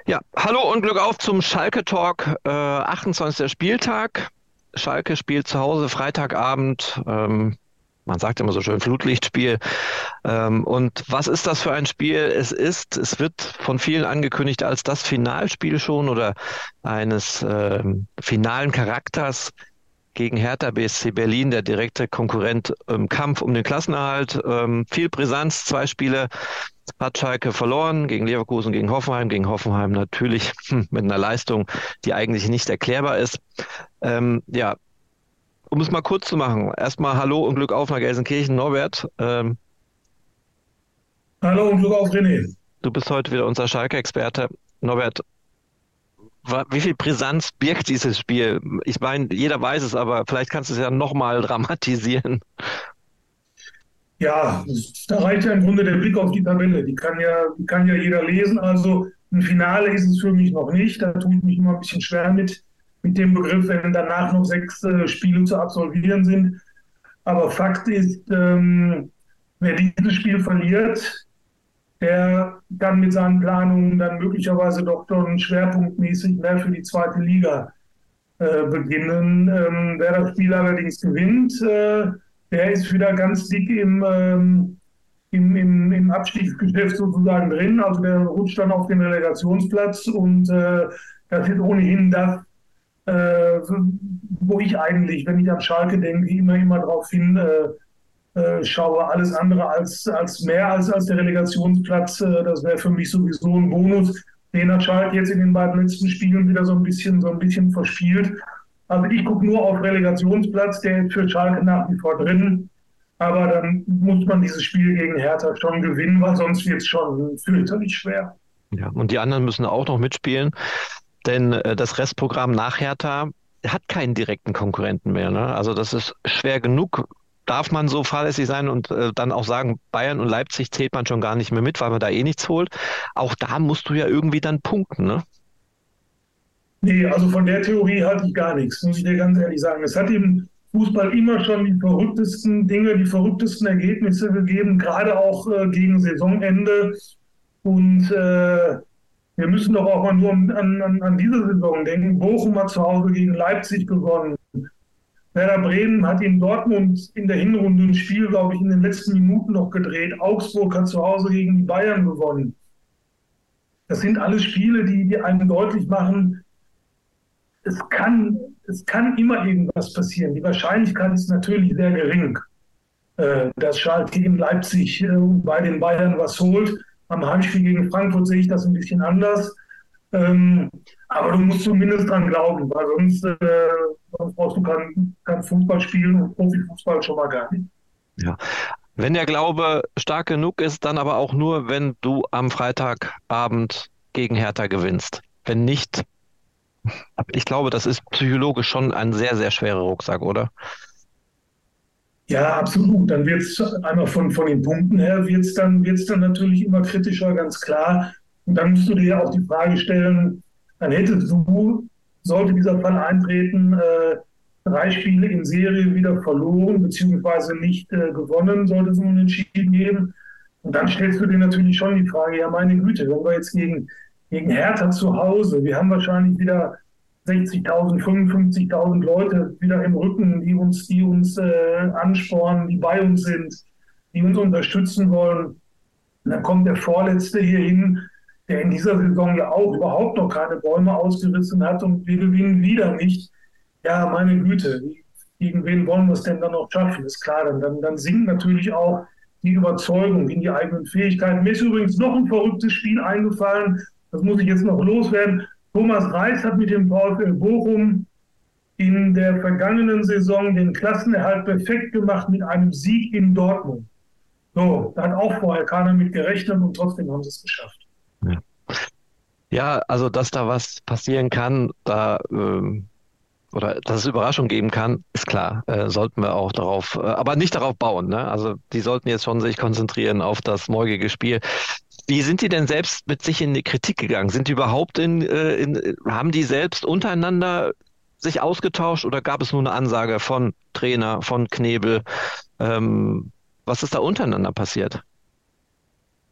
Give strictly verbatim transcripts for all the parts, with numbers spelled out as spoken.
Ja, hallo und Glück auf zum Schalke Talk, äh, achtundzwanzigster Spieltag. Schalke spielt zu Hause Freitagabend. Ähm, man sagt immer so schön Flutlichtspiel. Ähm, und was ist das für ein Spiel? Es ist, es wird von vielen angekündigt als das Finalspiel schon oder eines ähm, finalen Charakters gegen Hertha B S C Berlin, der direkte Konkurrent im Kampf um den Klassenerhalt. Ähm, viel Brisanz, zwei Spiele hat Schalke verloren gegen Leverkusen, gegen Hoffenheim, gegen Hoffenheim natürlich hm, mit einer Leistung, die eigentlich nicht erklärbar ist. Ähm, ja, um es mal kurz zu machen, erstmal Hallo und Glück auf nach Gelsenkirchen, Norbert. Ähm, Hallo und Glück auf René. du bist heute wieder unser Schalke-Experte. Norbert, wa- wie viel Brisanz birgt dieses Spiel? Ich meine, jeder weiß es, aber vielleicht kannst du es ja nochmal dramatisieren. Ja, da reicht ja im Grunde der Blick auf die Tabelle. Die kann ja, die kann ja jeder lesen. Also ein Finale ist es für mich noch nicht. Da tue ich mich immer ein bisschen schwer mit, mit dem Begriff, wenn danach noch sechs äh, Spiele zu absolvieren sind. Aber Fakt ist, ähm, wer dieses Spiel verliert, der kann mit seinen Planungen dann möglicherweise doch schon schwerpunktmäßig mehr für die zweite Liga äh, beginnen. Ähm, wer das Spiel allerdings gewinnt, äh, der ist wieder ganz dick im, ähm, im, im, im Abstiegsgeschäft sozusagen drin. Also der rutscht dann auf den Relegationsplatz und äh, das ist ohnehin das, äh, wo ich eigentlich, wenn ich an Schalke denke, immer, immer darauf hin äh, äh, schaue. Alles andere als, als mehr als, als der Relegationsplatz, äh, das wäre für mich sowieso ein Bonus. Den hat Schalke jetzt in den beiden letzten Spielen wieder so ein bisschen, so ein bisschen verspielt. Also ich gucke nur auf Relegationsplatz, der ist für Schalke nach wie vor drin. Aber dann muss man dieses Spiel gegen Hertha schon gewinnen, weil sonst wird es schon fürchterlich schwer. Ja, und die anderen müssen auch noch mitspielen, denn äh, das Restprogramm nach Hertha hat keinen direkten Konkurrenten mehr. Ne? Also das ist schwer genug. Darf man so fahrlässig sein und äh, dann auch sagen, Bayern und Leipzig zählt man schon gar nicht mehr mit, weil man da eh nichts holt. Auch da musst du ja irgendwie dann punkten, ne? Nee, also von der Theorie halte ich gar nichts, muss ich dir ganz ehrlich sagen. Es hat im Fußball immer schon die verrücktesten Dinge, die verrücktesten Ergebnisse gegeben, gerade auch äh, gegen Saisonende. Und äh, wir müssen doch auch mal nur an, an, an diese Saison denken. Bochum hat zu Hause gegen Leipzig gewonnen. Werder Bremen hat in Dortmund in der Hinrunde ein Spiel, glaube ich, in den letzten Minuten noch gedreht. Augsburg hat zu Hause gegen die Bayern gewonnen. Das sind alles Spiele, die, die einem deutlich machen, es kann, es kann immer irgendwas passieren. Die Wahrscheinlichkeit ist natürlich sehr gering, äh, dass Schalke in Leipzig äh, bei den Bayern was holt. Am Heimspiel gegen Frankfurt sehe ich das ein bisschen anders. Ähm, aber du musst zumindest dran glauben, weil sonst, äh, sonst brauchst du kein, kein Fußball spielen und Profifußball schon mal gar nicht. Ja. Wenn der Glaube stark genug ist, dann aber auch nur, wenn du am Freitagabend gegen Hertha gewinnst. Wenn nicht, ich glaube, das ist psychologisch schon ein sehr, sehr schwerer Rucksack, oder? Ja, absolut. Dann wird es einmal von, von den Punkten her, wird es dann, wird's dann natürlich immer kritischer, ganz klar. Und dann musst du dir ja auch die Frage stellen, dann hättest du, sollte dieser Fall eintreten, äh, drei Spiele in Serie wieder verloren, beziehungsweise nicht äh, gewonnen, sollte es unentschieden geben. Und dann stellst du dir natürlich schon die Frage, ja meine Güte, wenn wir jetzt gegen, gegen Hertha zu Hause, wir haben wahrscheinlich wieder sechzigtausend, fünfundfünfzigtausend Leute wieder im Rücken, die uns, die uns äh, anspornen, die bei uns sind, die uns unterstützen wollen. Und dann kommt der Vorletzte hier hin, der in dieser Saison ja auch überhaupt noch keine Bäume ausgerissen hat und wir gewinnen wieder nicht. Ja, meine Güte, gegen wen wollen wir es denn dann noch schaffen? Ist klar, dann, dann, dann sinkt natürlich auch die Überzeugung in die eigenen Fähigkeiten. Mir ist übrigens noch ein verrücktes Spiel eingefallen, das muss ich jetzt noch loswerden. Thomas Reis hat mit dem VfL Bochum in der vergangenen Saison den Klassenerhalt perfekt gemacht mit einem Sieg in Dortmund. So, da hat auch vorher keiner mit gerechnet und trotzdem haben sie es geschafft. Ja. Ja, also dass da was passieren kann, da ähm, oder dass es Überraschung geben kann, ist klar. Äh, sollten wir auch darauf, äh, aber nicht darauf bauen. Ne? Also die sollten jetzt schon sich konzentrieren auf das morgige Spiel. Wie sind die denn selbst mit sich in die Kritik gegangen? Sind die überhaupt in, äh, in haben die selbst untereinander sich ausgetauscht oder gab es nur eine Ansage von Trainer, von Knebel? Ähm, was ist da untereinander passiert?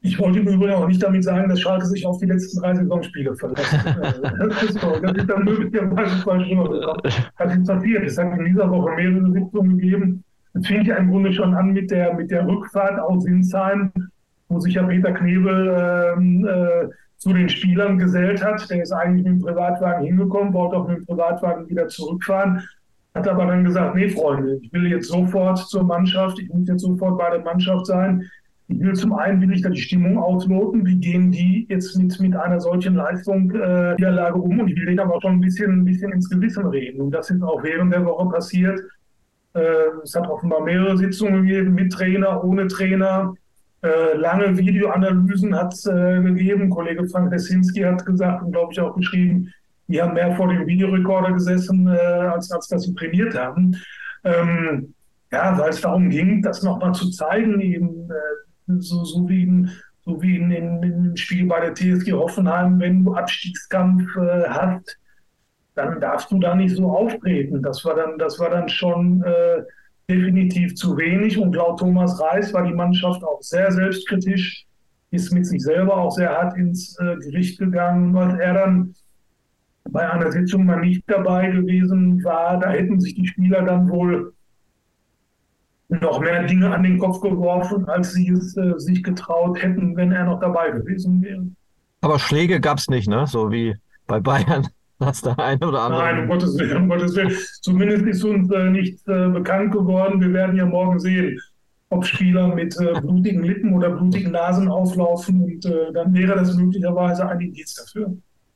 Ich wollte im Übrigen auch nicht damit sagen, dass Schalke sich auf die letzten drei Saisonspiele verlässt. Das ist so. Das ist dann möglicherweise falsch rübergekommen. Was ist passiert? Es hat in dieser Woche mehrere Sitzungen gegeben. Es fing ja im Grunde schon an mit der, mit der Rückfahrt aus Sinsheim, wo sich ja Peter Knebel ähm, äh, zu den Spielern gesellt hat. Der ist eigentlich mit dem Privatwagen hingekommen, wollte auch mit dem Privatwagen wieder zurückfahren, hat aber dann gesagt, nee, Freunde, ich will jetzt sofort zur Mannschaft, ich muss jetzt sofort bei der Mannschaft sein. Ich will zum einen, will ich da die Stimmung ausloten, wie gehen die jetzt mit, mit einer solchen Leistung äh, Niederlage um, und ich will denen aber auch schon ein bisschen, ein bisschen ins Gewissen reden. Und das ist auch während der Woche passiert. Äh, es hat offenbar mehrere Sitzungen gegeben, mit Trainer, ohne Trainer. Äh, lange Videoanalysen hat es äh, gegeben. Kollege Frank Lessinski hat gesagt und glaube ich auch geschrieben, die haben mehr vor dem Videorekorder gesessen, äh, als, als dass sie trainiert haben. Ähm, ja, weil es darum ging, das nochmal zu zeigen, eben äh, so, so wie, in, so wie in, in, in dem Spiel bei der T S G Hoffenheim, wenn du Abstiegskampf äh, hast, dann darfst du da nicht so auftreten. Das war dann, das war dann schon äh, definitiv zu wenig. Und laut Thomas Reis war die Mannschaft auch sehr selbstkritisch, ist mit sich selber auch sehr hart ins äh, Gericht gegangen. Und als er dann bei einer Sitzung mal nicht dabei gewesen war, da hätten sich die Spieler dann wohl noch mehr Dinge an den Kopf geworfen, als sie es äh, sich getraut hätten, wenn er noch dabei gewesen wäre. Aber Schläge gab es nicht, ne? So wie bei Bayern, dass der eine oder andere... Nein, um Gottes Willen, um Gottes Willen. Zumindest ist uns äh, nicht äh, bekannt geworden. Wir werden ja morgen sehen, ob Spieler mit äh, blutigen Lippen oder blutigen Nasen auflaufen, und äh, dann wäre das möglicherweise ein Indiz dafür.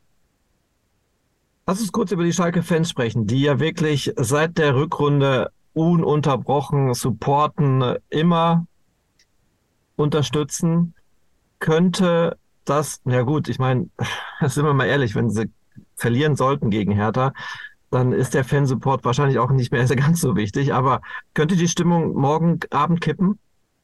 Lass uns kurz über die Schalke-Fans sprechen, die ja wirklich seit der Rückrunde ununterbrochen supporten, immer unterstützen. Könnte das, ja gut, ich meine, sind wir mal ehrlich, wenn sie verlieren sollten gegen Hertha, dann ist der Fansupport wahrscheinlich auch nicht mehr ganz so wichtig, aber könnte die Stimmung morgen Abend kippen?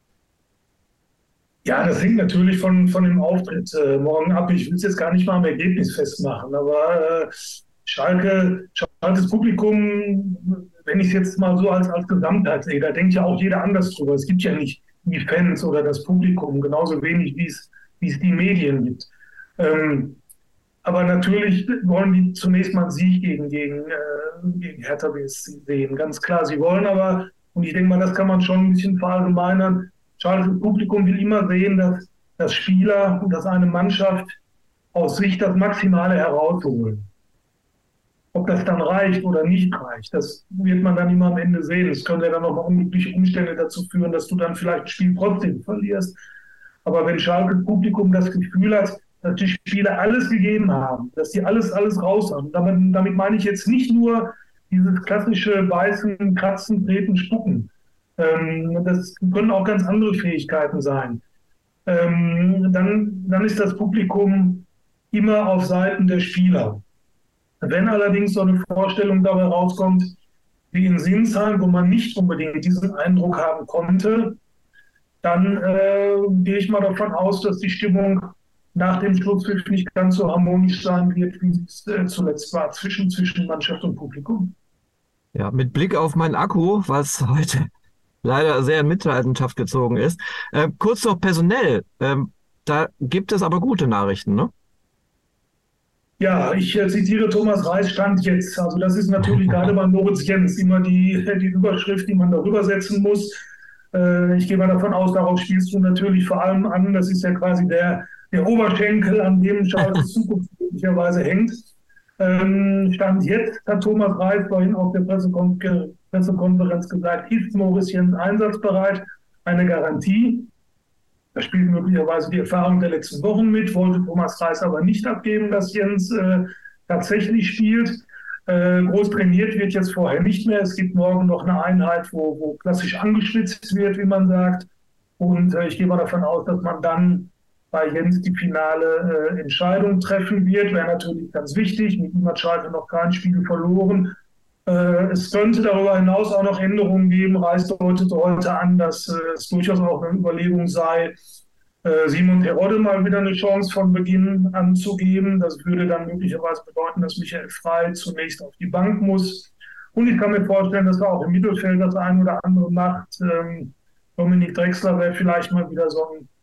Ja, das hängt natürlich von, von dem Auftritt äh, morgen ab. Ich will es jetzt gar nicht mal am Ergebnis festmachen, aber äh, Schalke, Schalkes Publikum, wenn ich es jetzt mal so als, als Gesamtheit sehe, da denkt ja auch jeder anders drüber. Es gibt ja nicht die Fans oder das Publikum, genauso wenig wie es, wie es die Medien gibt. Ähm, aber natürlich wollen die zunächst mal einen Sieg gegen, gegen, äh, gegen Hertha B S C sehen. Ganz klar, sie wollen aber, und ich denke mal, das kann man schon ein bisschen verallgemeinern, Schalkes Publikum will immer sehen, dass, dass Spieler und dass eine Mannschaft aus sich das Maximale herausholen. Ob das dann reicht oder nicht reicht, das wird man dann immer am Ende sehen. Es können ja dann nochmal unglückliche Umstände dazu führen, dass du dann vielleicht ein Spiel trotzdem verlierst. Aber wenn Schalkes Publikum das Gefühl hat, dass die Spieler alles gegeben haben, dass die alles, alles raus haben, damit, damit meine ich jetzt nicht nur dieses klassische Beißen, Kratzen, Treten, Spucken. Ähm, das können auch ganz andere Fähigkeiten sein. Ähm, dann, dann ist das Publikum immer auf Seiten der Spieler. Wenn allerdings so eine Vorstellung dabei rauskommt, wie in Sinsheim, wo man nicht unbedingt diesen Eindruck haben konnte, dann äh, gehe ich mal davon aus, dass die Stimmung nach dem Schlusspfiff nicht ganz so harmonisch sein wird, wie es äh, zuletzt war, zwischen, zwischen Mannschaft und Publikum. Ja, mit Blick auf meinen Akku, was heute leider sehr in Mitleidenschaft gezogen ist. Äh, kurz noch personell, ähm, da gibt es aber gute Nachrichten, ne? Ja, ich äh, zitiere Thomas Reis, Stand jetzt. Also das ist natürlich gerade bei Moritz Jens immer die, die Überschrift, die man darüber setzen muss. Äh, ich gehe mal davon aus, darauf spielst du natürlich vor allem an. Das ist ja quasi der, der Oberschenkel, an dem Schalkes Zukunft möglicherweise hängt. Ähm, Stand jetzt hat Thomas Reis vorhin auf der Pressekon- Pressekonferenz gesagt, ist Moritz Jens einsatzbereit, eine Garantie. Da spielt möglicherweise die Erfahrung der letzten Wochen mit, wollte Thomas Reis aber nicht abgeben, dass Jens äh, tatsächlich spielt. Äh, groß trainiert wird jetzt vorher nicht mehr. Es gibt morgen noch eine Einheit, wo, wo klassisch angeschwitzt wird, wie man sagt. Und äh, ich gehe mal davon aus, dass man dann bei Jens die finale äh, Entscheidung treffen wird. Wäre natürlich ganz wichtig. Mit ihm hat Schalke noch kein Spiel verloren. Äh, es könnte darüber hinaus auch noch Änderungen geben. Reis deutete heute an, dass äh, es durchaus auch eine Überlegung sei, äh, Simon Terodde mal wieder eine Chance von Beginn anzugeben. Das würde dann möglicherweise bedeuten, dass Michael Frey zunächst auf die Bank muss. Und ich kann mir vorstellen, dass er auch im Mittelfeld das ein oder andere macht. Ähm, Dominik Drexler wäre vielleicht mal wieder so ein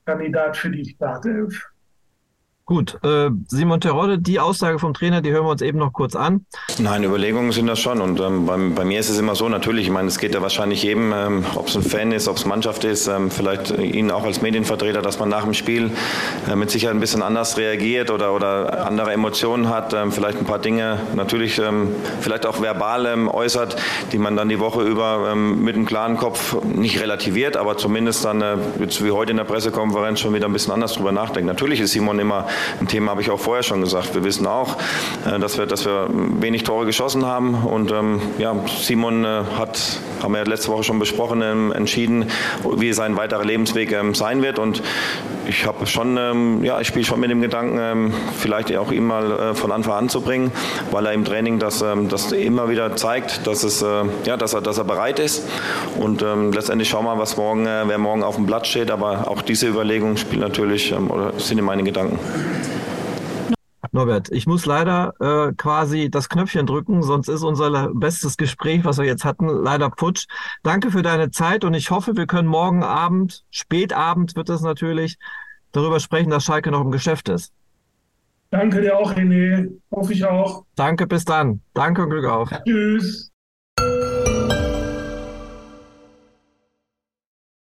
Kandidat für die Startelf. Gut, äh, Simon Terodde, die Aussage vom Trainer, die hören wir uns eben noch kurz an. Nein, Überlegungen sind das schon und ähm, bei, bei mir ist es immer so, natürlich, ich meine, es geht ja wahrscheinlich jedem, ähm, ob es ein Fan ist, ob es Mannschaft ist, ähm, vielleicht Ihnen auch als Medienvertreter, dass man nach dem Spiel äh, mit Sicherheit ein bisschen anders reagiert oder, oder andere Emotionen hat, ähm, vielleicht ein paar Dinge natürlich ähm, vielleicht auch verbal ähm, äußert, die man dann die Woche über ähm, mit einem klaren Kopf nicht relativiert, aber zumindest dann, äh, jetzt wie heute in der Pressekonferenz, schon wieder ein bisschen anders drüber nachdenkt. Natürlich ist Simon immer ein Thema, habe ich auch vorher schon gesagt. Wir wissen auch, dass wir, dass wir wenig Tore geschossen haben. Und ähm, ja, Simon äh, hat, haben wir ja letzte Woche schon besprochen, ähm, entschieden, wie sein weiterer Lebensweg ähm, sein wird. Und ich habe schon, ähm, ja, ich spiele schon mit dem Gedanken, ähm, vielleicht auch ihn mal äh, von Anfang an zu bringen, weil er im Training das, ähm, das immer wieder zeigt, dass es, äh, ja, dass er, dass er bereit ist. Und ähm, letztendlich schauen wir mal, was morgen, äh, wer morgen auf dem Blatt steht. Aber auch diese Überlegung spielt natürlich ähm, oder sind in meinen Gedanken. Norbert, ich muss leider äh, quasi das Knöpfchen drücken, sonst ist unser bestes Gespräch, was wir jetzt hatten, leider futsch. Danke für deine Zeit und ich hoffe, wir können morgen Abend, spätabend wird es natürlich, darüber sprechen, dass Schalke noch im Geschäft ist. Danke dir auch, René. Hoffe ich auch. Danke, bis dann. Danke und Glück auf. Tschüss.